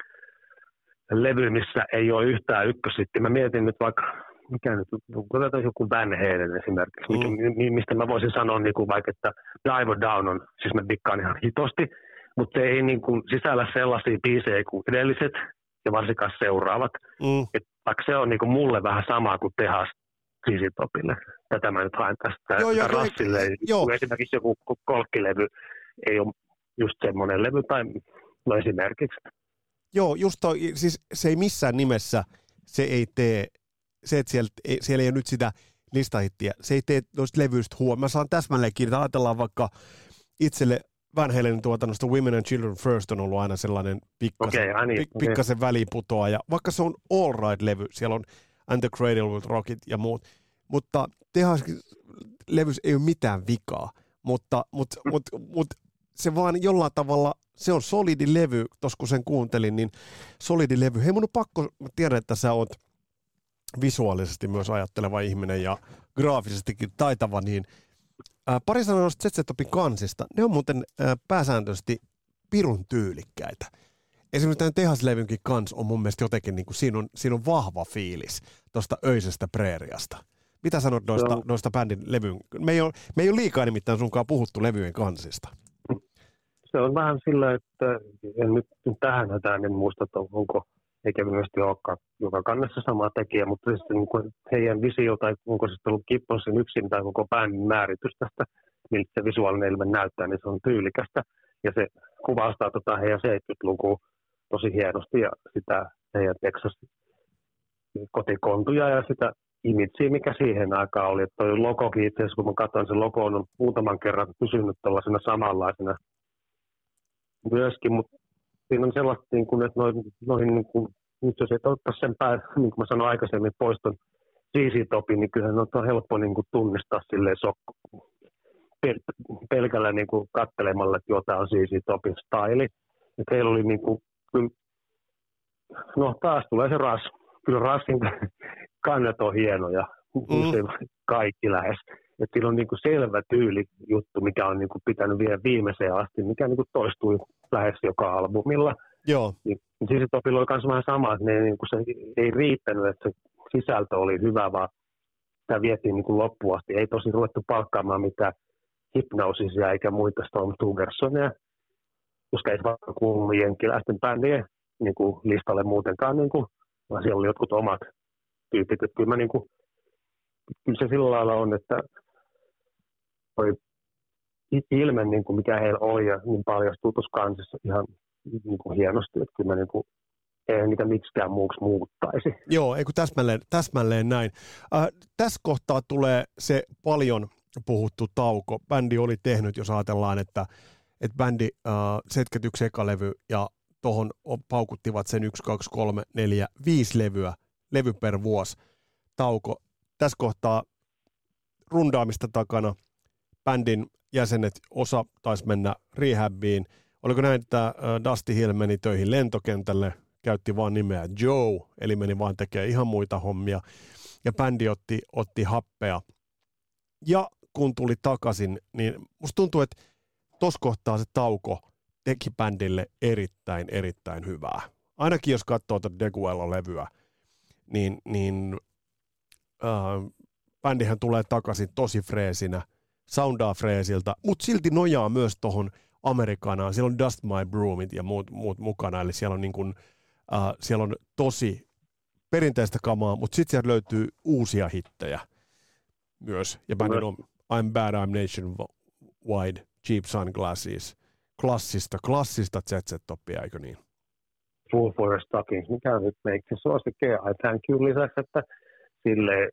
levy, missä ei ole yhtään ykkösitti. Mä mietin nyt vaikka, mikä nyt, otetaan joku Van Halen esimerkiksi, mistä mä voisin sanoa niin kuin vaikka, että Dive Down on, siis mä dikkaan ihan hitosti, mutta se ei niin kuin sisällä sellaisia biisejä kuin edelliset ja varsinkaan seuraavat. Että vaikka se on niin kuin mulle vähän sama kuin Texas ZZ Topille. Tätä mä nyt haen tästä Rassille. Esimerkiksi joku kolkkilevy ei ole just semmoinen levy, tai no esimerkiksi. Joo, just toi, siis se ei missään nimessä, se ei tee, se että siellä ei ole nyt sitä listahittiä, se ei tee noista levyistä huomioon. Mä saan täsmälleen kiinni, ajatellaan vaikka itselle Van Halenin tuotannosta Women and Children First on ollut aina sellainen pikkasen väliputoaja, vaikka se on All Right-levy, siellä on And the Cradle Will Rock It ja muut, mutta Texas-levys ei ole mitään vikaa, mutta se vaan jollain tavalla, se on solidi levy, tuossa kun sen kuuntelin, niin solidi levy. Hei, mun on pakko, mä tiedän, että sä oot visuaalisesti myös ajatteleva ihminen ja graafisestikin taitava, niin pari sanaa noista ZZ Topin kansista. Ne on muuten pääsääntöisesti pirun tyylikkäitä. Esimerkiksi tämän Texas-levynkin kans on mun mielestä jotenkin, niin kuin siinä on vahva fiilis tuosta Öisestä preeriasta. Mitä sanot noista bändin levyyn? Me ei ole liikaa nimittäin sunkaan puhuttu levyjen kansista. Se on vähän sillä, että en nyt tähän hätään en muista, että onko, eikä myöskin olekaan joka kannessa sama tekijä, mutta siis niin kuin heidän visio tai onko se ollut Gibbonsin yksin tai koko bändin määritys tästä, miltä se visuaalinen ilme näyttää, niin se on tyylikästä. Ja se kuvastaa heidän 70-lukua tosi hienosti ja sitä heidän Texas kotikontuja ja sitä imageä, mikä siihen aikaan oli. Että toi logokin itse asiassa, kun mä katsoin, se logo on muutaman kerran pysynyt tällaisena samanlaisena myöskin, mutta siinä on sellaista, niin kuin, että noihin niin kuin, nyt jos et ottaisi sen niin kuin mä sanoin aikaisemmin, poiston ZZ Topin, niin kyllähän on helppo niin kuin tunnistaa silleen pelkällä niin kuin katselemalla, että tämä on ZZ Topin style. Ja heillä oli niin kuin, no taas tulee se Rush. Kyllä Rushin kannat on hienoja, kaikki lähes. Että sillä on niin kuin selvä tyylijuttu, mikä on niin kuin pitänyt vielä viimeiseen asti, mikä niin kuin toistui lähes joka albumilla. Joo. Niin ZZ Topilla oli myös vähän sama, että niin kuin se ei riittänyt, että se sisältö oli hyvä, vaan sitä vietiin niin kuin loppuun asti. Ei tosi ruvettu palkkaamaan mitään Hypnosisia eikä muita Stormthundersonia, koska ei vaikka kuulunut jenkkiläisten bändien niin kuin listalle muutenkaan, niin kuin, vaan siellä oli jotkut omat tyypit. Että kyllä mä niin kuin kyllä se sillä lailla on, että toi ilme, niin kuin mikä heillä oli, ja niin paljastuu tuossa kansissa ihan niin kuin hienosti, että kyllä mä niin kuin, ei niitä miksikään muuksi muuttaisi. Joo, ei kun täsmälleen näin. Tässä kohtaa tulee se paljon puhuttu tauko. Bändi oli tehnyt, jos ajatellaan, että bändi 71 ekalevy ja tuohon paukuttivat sen 1, 2, 3, 4, 5 levy per vuosi tauko. Tässä kohtaa rundaamista takana bändin jäsenet, osa taisi mennä rehabiin. Oliko näin, että Dusty Hill meni töihin lentokentälle, käytti vaan nimeä Joe, eli meni vaan tekemään ihan muita hommia, ja bändi otti happea. Ja kun tuli takaisin, niin musta tuntuu, että tuossa kohtaa se tauko teki bändille erittäin hyvää. Ainakin jos katsoo tätä Deguello-levyä, niin bändihän tulee takaisin tosi freesinä, soundaa freesiltä, mutta silti nojaa myös tuohon Amerikanaan. Siellä on Dust My Broomit ja muut mukana, eli siellä on, niin kun, siellä on tosi perinteistä kamaa, mutta sitten sieltä löytyy uusia hittejä myös. Ja bändin on I'm Bad, I'm Nationwide, Cheap Sunglasses, klassista ZZ-toppia, eikö niin? Fool for your stockings, mikä nyt meikki suosikkeen I thank you lisäksi, että silleen,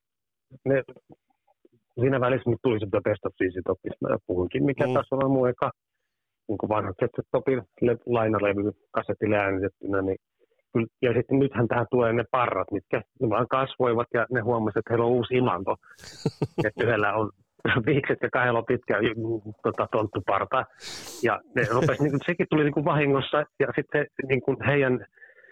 siinä välissä nyt tuli se Best of ZZ-topista, mä jo puhunkin, mikä tässä on mun eka niin vanha ZZ-topin lainalevy kasetille äänitettynä, niin ja sitten nythän tähän tulee ne parrat, mitkä ne vaan kasvoivat ja ne huomasivat, että heillä on uusi imanto. Että yhdellä on viikset ja kahdella on pitkä tonttuparta. Ja ne rupesi, niin sekin tuli niin kuin vahingossa ja sitten niin kuin heidän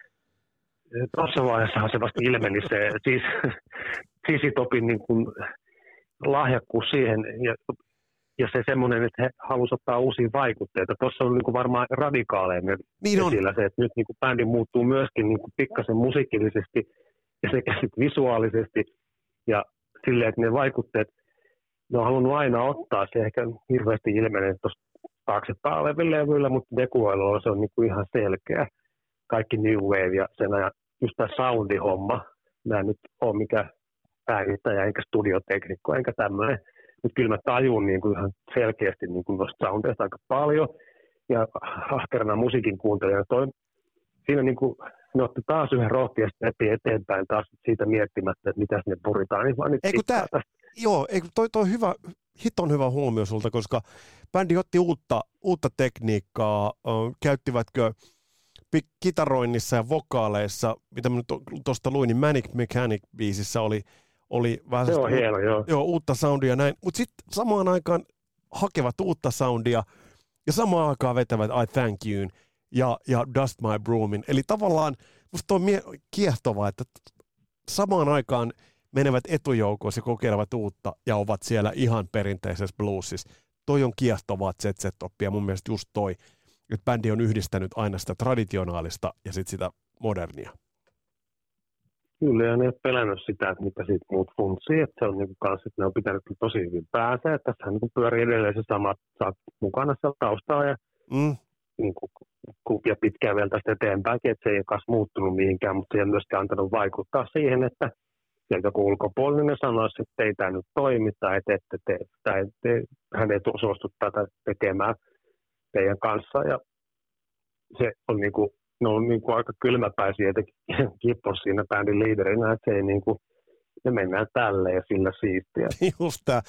tuossa vaiheessahan se vasta ilmeni se ZZ-topin niin kuin lahjakkuus siihen ja se semmoinen, että he halusivat ottaa uusia vaikutteita. Tuossa on niin kuin varmaan radikaaleimmin niin esillä se, että nyt niin kuin bändi muuttuu myöskin niin kuin pikkasen musiikillisesti ja sekä sitten visuaalisesti. Ja silleen, että ne vaikutteet, ne on halunnut aina ottaa. Se ehkä hirveästi ilmenee tuossa taaksepäin olevilla levyillä, mutta Deguellolla se on niin kuin ihan selkeä. Kaikki New Wave ja sen ajan just tämä soundihomma. Mä en nyt ole mikään äänittäjä enkä studioteknikko enkä tämmöinen. Mutta kyllä mä tajun niin kuin ihan selkeästi niin kuin noista soundeista aika paljon. Ja ahkerana musiikin kuuntelijana siinä niin kuin, ne otti taas yhden rohkeasti eteenpäin taas siitä miettimättä, että mitäs ne puritaan. Niin vaan nyt toi hyvä, hiton hyvä huomio sulta, koska bändi otti uutta tekniikkaa. Käyttivätkö kitaroinnissa ja vokaaleissa, mitä mä nyt tuosta luin, niin Manic Mechanic-biisissä oli vähän se on hieno, joo, uutta soundia näin, mutta sitten samaan aikaan hakevat uutta soundia ja samaan aikaan vetävät I Thank You'n ja Dust My Broomin. Eli tavallaan musta on kiehtovaa, että samaan aikaan menevät etujoukoissa ja kokeilevat uutta ja ovat siellä ihan perinteisessä bluesissa. Toi on kiehtovaa ZZ-toppia mun mielestä just toi, että bändi on yhdistänyt aina sitä traditionaalista ja sitten sitä modernia. Kyllä, ja ne ei ole pelännyt sitä, että mitä siitä muut funtsii, että se on niin kanssa, että ne on pitänyt tosi hyvin päänsä, että tässähän niin pyörii edelleen se sama, saat mukana siellä taustalla ja, niin kuin, ja pitkään vielä tästä eteenpäinkin, että se ei ole kanssa muuttunut mihinkään, mutta se ei ole myöskään antanut vaikuttaa siihen, että sieltä joku ulkopuolinen sanoisi, että ei tämä nyt toimi tai että hän ei suostu tätä tekemään teidän kanssa ja se on niin kuin, ne on niin kuin aika kylmäpäisiä, jotenkin Kippos siinä bändin liiderinä, että se ei niin kuin, ne mennään tälleen ja sillä siistiä. Just tämä.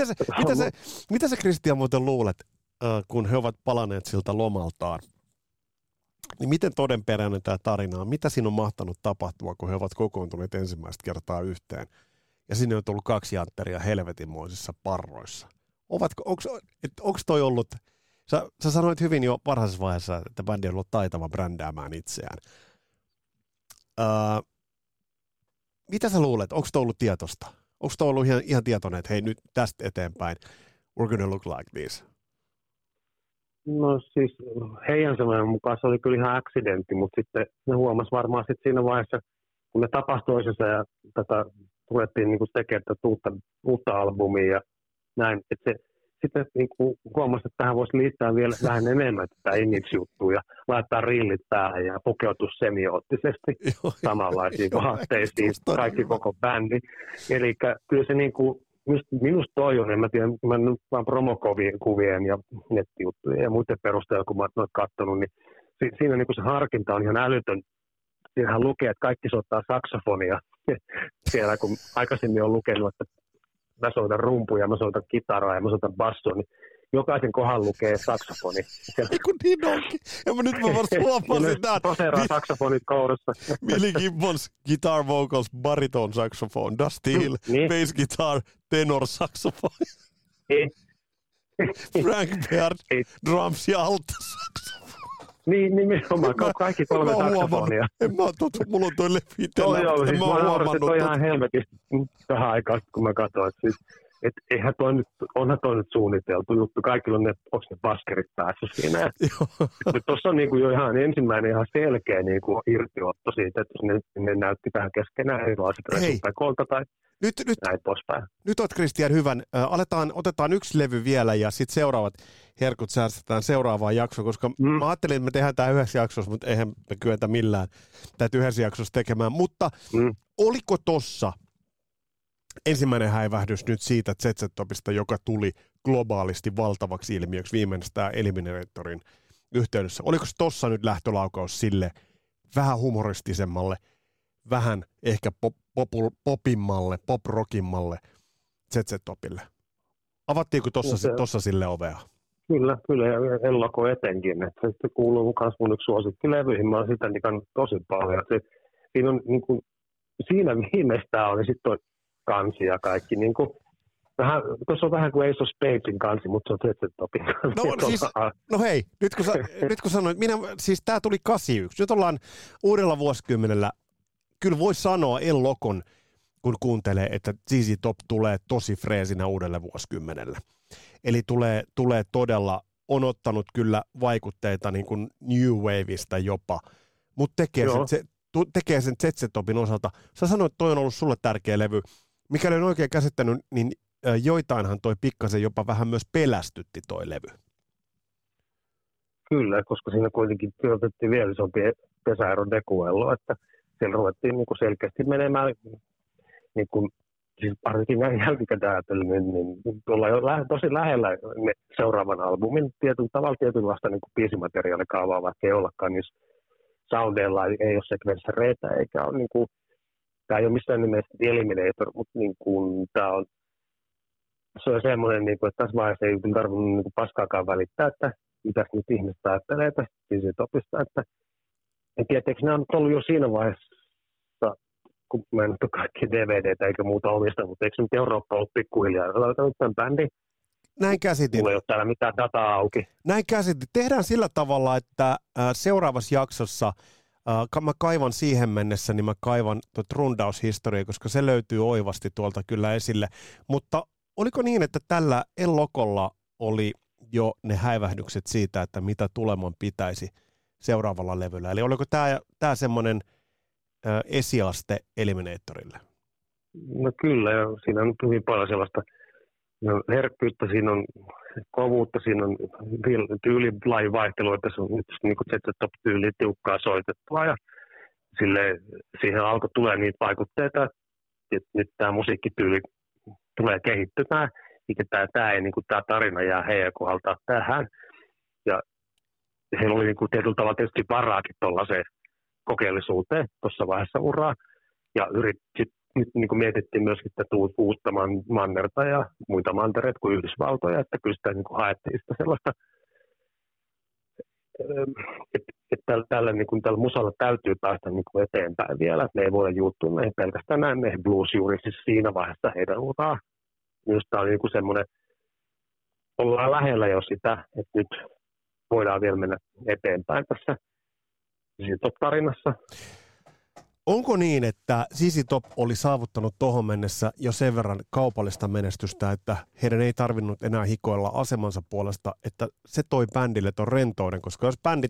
Mitä sä Kristian muuten luulet, kun he ovat palanneet siltä lomaltaan? Niin miten todenperäinen tämä tarina on? Mitä siinä on mahtanut tapahtua, kun he ovat kokoontuneet ensimmäistä kertaa yhteen? Ja sinne on tullut 2 jantteria helvetinmoisissa parroissa. Onko toi ollut... Sä sanoit hyvin jo varhaisessa vaiheessa, että bändi on ollut taitava brändäämään itseään. Mitä sä luulet? Onko toi ollut tietoista? Onko toi ollut ihan tietoinen, että hei nyt tästä eteenpäin, we're gonna look like this? No siis heidän sanojen mukaan se oli kyllä ihan accidentti, mutta sitten ne huomasi varmaan sitten siinä vaiheessa, kun ne tapasi toisensa ja tätä ruvettiin niin tekemään tätä uutta albumia ja näin, että se sitten niin huomasin, että tähän voisi liittää vielä vähän enemmän tätä image-juttua ja laittaa rillit päälle ja pukeutua semioottisesti samanlaisiin vaatteisiin, kaikki koko bändi. Eli kyllä se niin kuin, minusta toi on, en mä tiedä, mä nyt vaan promokuvien ja nettijuttujen ja muiden perusteella, kun mä oon katsonut, niin siinä niin kuin se harkinta on ihan älytön. Siinähän lukee, että kaikki soittaa saksofonia siellä, kun aikaisemmin on lukenut, että mä soitan rumpuja, mä soitan kitaraa ja mä soitan bassoa, niin jokaisen kohan lukee saksofoni. Niin onkin. Ja nyt mä vasta huomaan sitä. Poseeraa saksofonit kourassa. Billy Gibbons, guitar vocals, bariton saxophone, Dusty Hill, bass guitar, tenor saxophone. Frank Beard, drums ja alta saxophone. Niin, nimenomaan. Kaikki 3 saksofonia. Mulla on toi levy itsellä. Joo, siis mä huomannut, että toi ihan helvetisti tähän aikaan, kun mä katsoin. Siis, onhan toi nyt suunniteltu juttu. Kaikilla on onko ne baskerit päässyt siinä. Tuossa on niinku jo ihan ensimmäinen ihan selkeä niinku irtiotto siitä, että ne näytti vähän keskenään erilaiset resupäkolta tai näin poispäin. Nyt oot Kristian hyvän. Otetaan yksi levy vielä ja sitten seuraavat herkut säästetään seuraavaan jaksoon, koska mä ajattelin, että me tehdään tämä yhdessä jaksossa, mutta eihän me kyetä millään tätä yhdessä jaksossa tekemään. Mutta oliko tossa ensimmäinen häivähdys nyt siitä ZZ-Topista, joka tuli globaalisti valtavaksi ilmiöksi viimeistään Eliminatorin yhteydessä? Oliko tossa nyt lähtölaukaus sille vähän humoristisemmalle, vähän ehkä popimmalle, pop-rockimmalle ZZ-Topille? Avattiinko tossa sille ovea? Kyllä, ja Elloko etenkin. Että se kuuluu myös mun yksi suosikkilevyihin. Mä oon sitä digannut tosi paljon. Siinä on niin kuin, siinä viimeistään oli sitten toi kansi ja kaikki. Niin kuin, tuossa on vähän kuin Ace of Spadesin kansi, mutta se on ZZ-Topin kansi. No hei, nyt kun sanoit, siis tää tuli 81. Nyt ollaan uudella vuosikymmenellä. Kyllä voi sanoa Ellokon, kun kuuntelee, että ZZ Top tulee tosi freesinä uudelle vuosikymmenelle. Eli tulee todella, on ottanut kyllä vaikutteita niin kuin New Waveista jopa, mutta tekee sen ZZ-Topin osalta. Sä sanoit, että toi on ollut sulle tärkeä levy. Mikäli on oikein käsittänyt, niin joitainhan toi pikkasen jopa vähän myös pelästytti toi levy. Kyllä, koska siinä kuitenkin otettiin vielä isompi pesäero dekuello, että siellä ruvettiin niin kuin selkeästi menemään niin kuin siis varsinkin näin jälkikäteen ajatellen, niin ollaan jo tosi lähellä seuraavan albumin tietynlaista niin biisimateriaalikaavaa, vaikka ei ollakaan niissä soundeilla, ei ole sekvenssereitä, eikä ole niin kuin, tämä ei ole missään nimessä Eliminator, mutta niin kuin, se on semmoinen, niin kuin, että tässä vaiheessa ei tarvinnut niin kuin paskaakaan välittää, että mitäs nyt ihmiset ajattelee tästä ZZ-Topista, että en tiedä, eikö nämä on ollut jo siinä vaiheessa, kun mä en ole kaikki DVDtä eikä muuta omista, mutta eikö nyt Eurooppa ollut pikkuhiljaa? Otetaan nyt tämän bändin. Näin käsitin. Mulla ei ole täällä mitään dataa auki. Näin käsitin. Tehdään sillä tavalla, että seuraavassa jaksossa mä kaivan siihen mennessä, niin mä kaivan rundaushistoriaa, koska se löytyy oivasti tuolta kyllä esille. Mutta oliko niin, että tällä Ellokolla oli jo ne häivähdykset siitä, että mitä tuleman pitäisi seuraavalla levyllä? Eli oliko tämä semmoinen esiaste Eliminatorille? No kyllä, ja siinä on hyvin paljon sellaista herkkyyttä, siinä on kovuutta, siinä on tyylilajin vaihtelua, että se on nyt niin kuin ZZ-Top-tyyli tiukkaa soitettua, ja siihen alkoi tulee niitä vaikutteita, että nyt tämä musiikkityyli tulee kehittymään, eikä tämä tarina jää heidän kohdaltaan tähän, ja heillä oli niin kuin tietyllä tavalla tietysti varaakin tuollaiseen kokeellisuuteen tuossa vaiheessa uraa, ja nyt niin kuin mietittiin myöskin tätä uutta mannerta ja muita mantereita kuin Yhdysvaltoja, että kyllä sitä niin kuin haettiin sitä sellaista, että tällä musalla täytyy päästä niin kuin eteenpäin vielä, että me ei voida juuttua näihin pelkästään näihin blues-juuriksi siinä vaiheessa heidän uraa. Minusta tämä on niin kuin semmoinen, ollaan lähellä jo sitä, että nyt voidaan vielä mennä eteenpäin tässä ZZ-Top-tarinassa. Onko niin, että ZZ Top oli saavuttanut tuohon mennessä jo sen verran kaupallista menestystä, että heidän ei tarvinnut enää hikoilla asemansa puolesta, että se toi bändille ton rentouden, koska jos bändi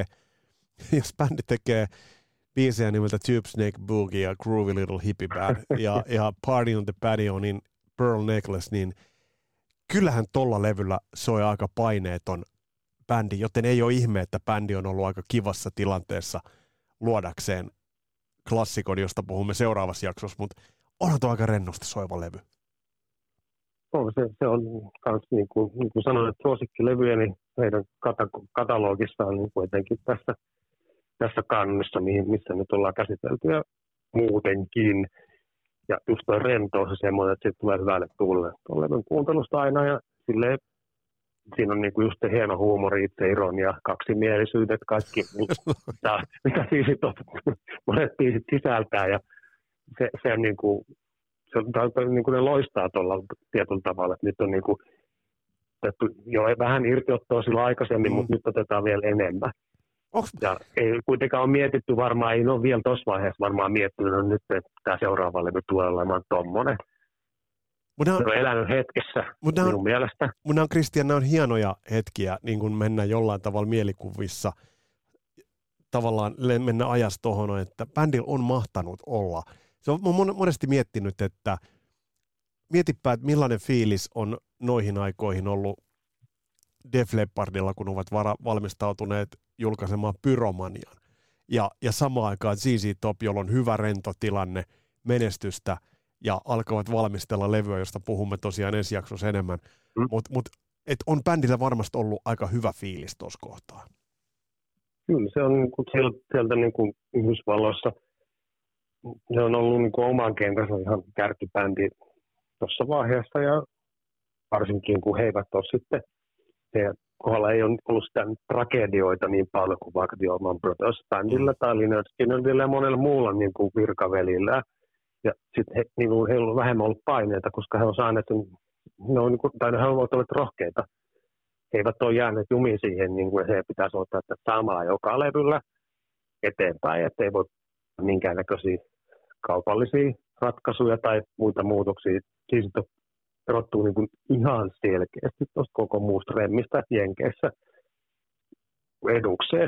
tekee biisejä nimeltä Tube Snake Boogie ja Groovy Little Hippie Bad ja Party on the Patio, niin Pearl Necklace, niin kyllähän tolla levyllä soi aika paineeton bändi, joten ei ole ihme, että bändi on ollut aika kivassa tilanteessa luodakseen klassikon, josta puhumme seuraavassa jaksossa, mutta onhan tuo aika rennosti soiva levy. Se on myös, niin kuin sanoin, että suosikkilevyjä, niin heidän katalogissa on niin kuin etenkin tässä kannessa, missä nyt ollaan käsitelty ja muutenkin. Ja just tuo rentous ja semmoinen, että se tulee hyvälle tuulelle tuon levyn kuuntelusta aina. Ja silleen, siinä on niin kuin just se hieno huumori, ironia, kaksimielisyydet, kaikki, mitä biisit on, monet biisit sisältää. Ja se on niin kuin, ne loistaa tuolla tietyllä tavalla, että nyt on niin kuin, jo vähän irtiottoa silloin aikaisemmin, mutta nyt otetaan vielä enemmän. Ja ei kuitenkaan ole mietitty varmaan, ei ole vielä tuossa vaiheessa varmaan miettinyt, että nyt tämä seuraava levy tulee olemaan tommonen. Se on elänyt hetkessä minun mielestä. Mutta nämä on, Kristian, nämä on hienoja hetkiä, niin kuin mennään jollain tavalla mielikuvissa, tavallaan mennä ajassa tuohon, että bändillä on mahtanut olla. Mä oon monesti miettinyt, että mietipä, että millainen fiilis on noihin aikoihin ollut Def Leppardilla, kun ovat valmistautuneet julkaisemaan Pyromanian. Ja samaan aikaan ZZ Top, jolla on hyvä rentotilanne, menestystä, ja alkavat valmistella levyä, josta puhumme tosiaan ensi jaksossa enemmän. Mut on bändillä varmasti ollut aika hyvä fiilis tuossa kohtaa. Kyllä, se on sieltä niin kuin Yhdysvalloissa, se on ollut niin kuin oman kentänsä ihan kärkibändi tuossa vaiheessa, ja varsinkin kun he eivät ole sitten, heidän kohdalla ei ole ollut sitä tragedioita niin paljon kuin vaikka The Allman Brothers-bändillä tai Lynyrd Skynyrdillä ja monella muulla niin kuin virkavelillä. Ja sitten heillä on vähemmän ollut paineita, koska he on saaneet, he ovat olleet rohkeita. He eivät ole jääneet jumiin siihen, niin kuin he pitäisi ottaa tätä samaa joka levyllä eteenpäin, ettei voi minkäännäköisiä kaupallisia ratkaisuja tai muita muutoksia. Siis erottuu niin kuin ihan selkeästi tuosta koko muusta remmistä Jenkeissä edukseen.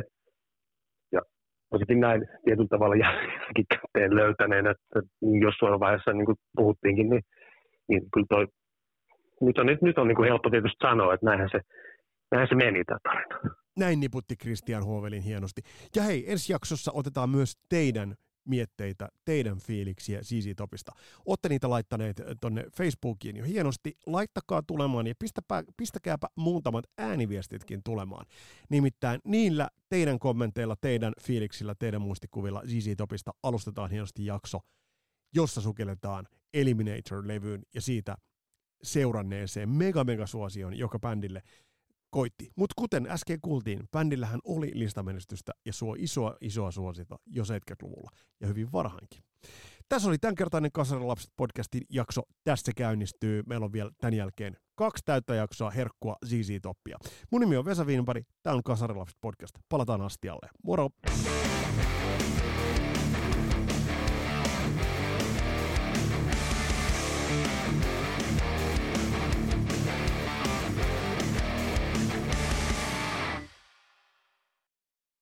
Jaosikin näin tietyllä tavalla jälkikäteen löytäneen, että jossain vaiheessa niin kuin puhuttiinkin, niin kyllä toi, nyt on niin kuin helppo tietysti sanoa, että näinhän se meni tämä tarina. Näin niputti Kristian Hovelin hienosti. Ja hei, ensi jaksossa otetaan myös teidän mietteitä, teidän fiiliksiä ZZ Topista. Olette niitä laittaneet tonne Facebookiin jo hienosti. Laittakaa tulemaan ja pistäkääpä muutamat ääniviestitkin tulemaan. Nimittäin niillä teidän kommenteilla, teidän fiiliksillä, teidän muistikuvilla ZZ Topista alustetaan hienosti jakso, jossa sukelletaan Eliminator-levyyn ja siitä seuranneeseen mega suosioon, joka bändille koitti. Mutta kuten äsken kuultiin, bändillähän oli listamenestystä ja suo isoa suosiota jo 70-luvulla ja hyvin varhainkin. Tässä oli tämänkertainen Kasarin lapset podcastin jakso. Tässä käynnistyy. Meillä on vielä tämän jälkeen 2 täyttä jaksoa herkkua ZZ Toppia. Mun nimi on Vesa Wienberg. Tämä on Kasarin lapset podcast. Palataan astialle. Moro!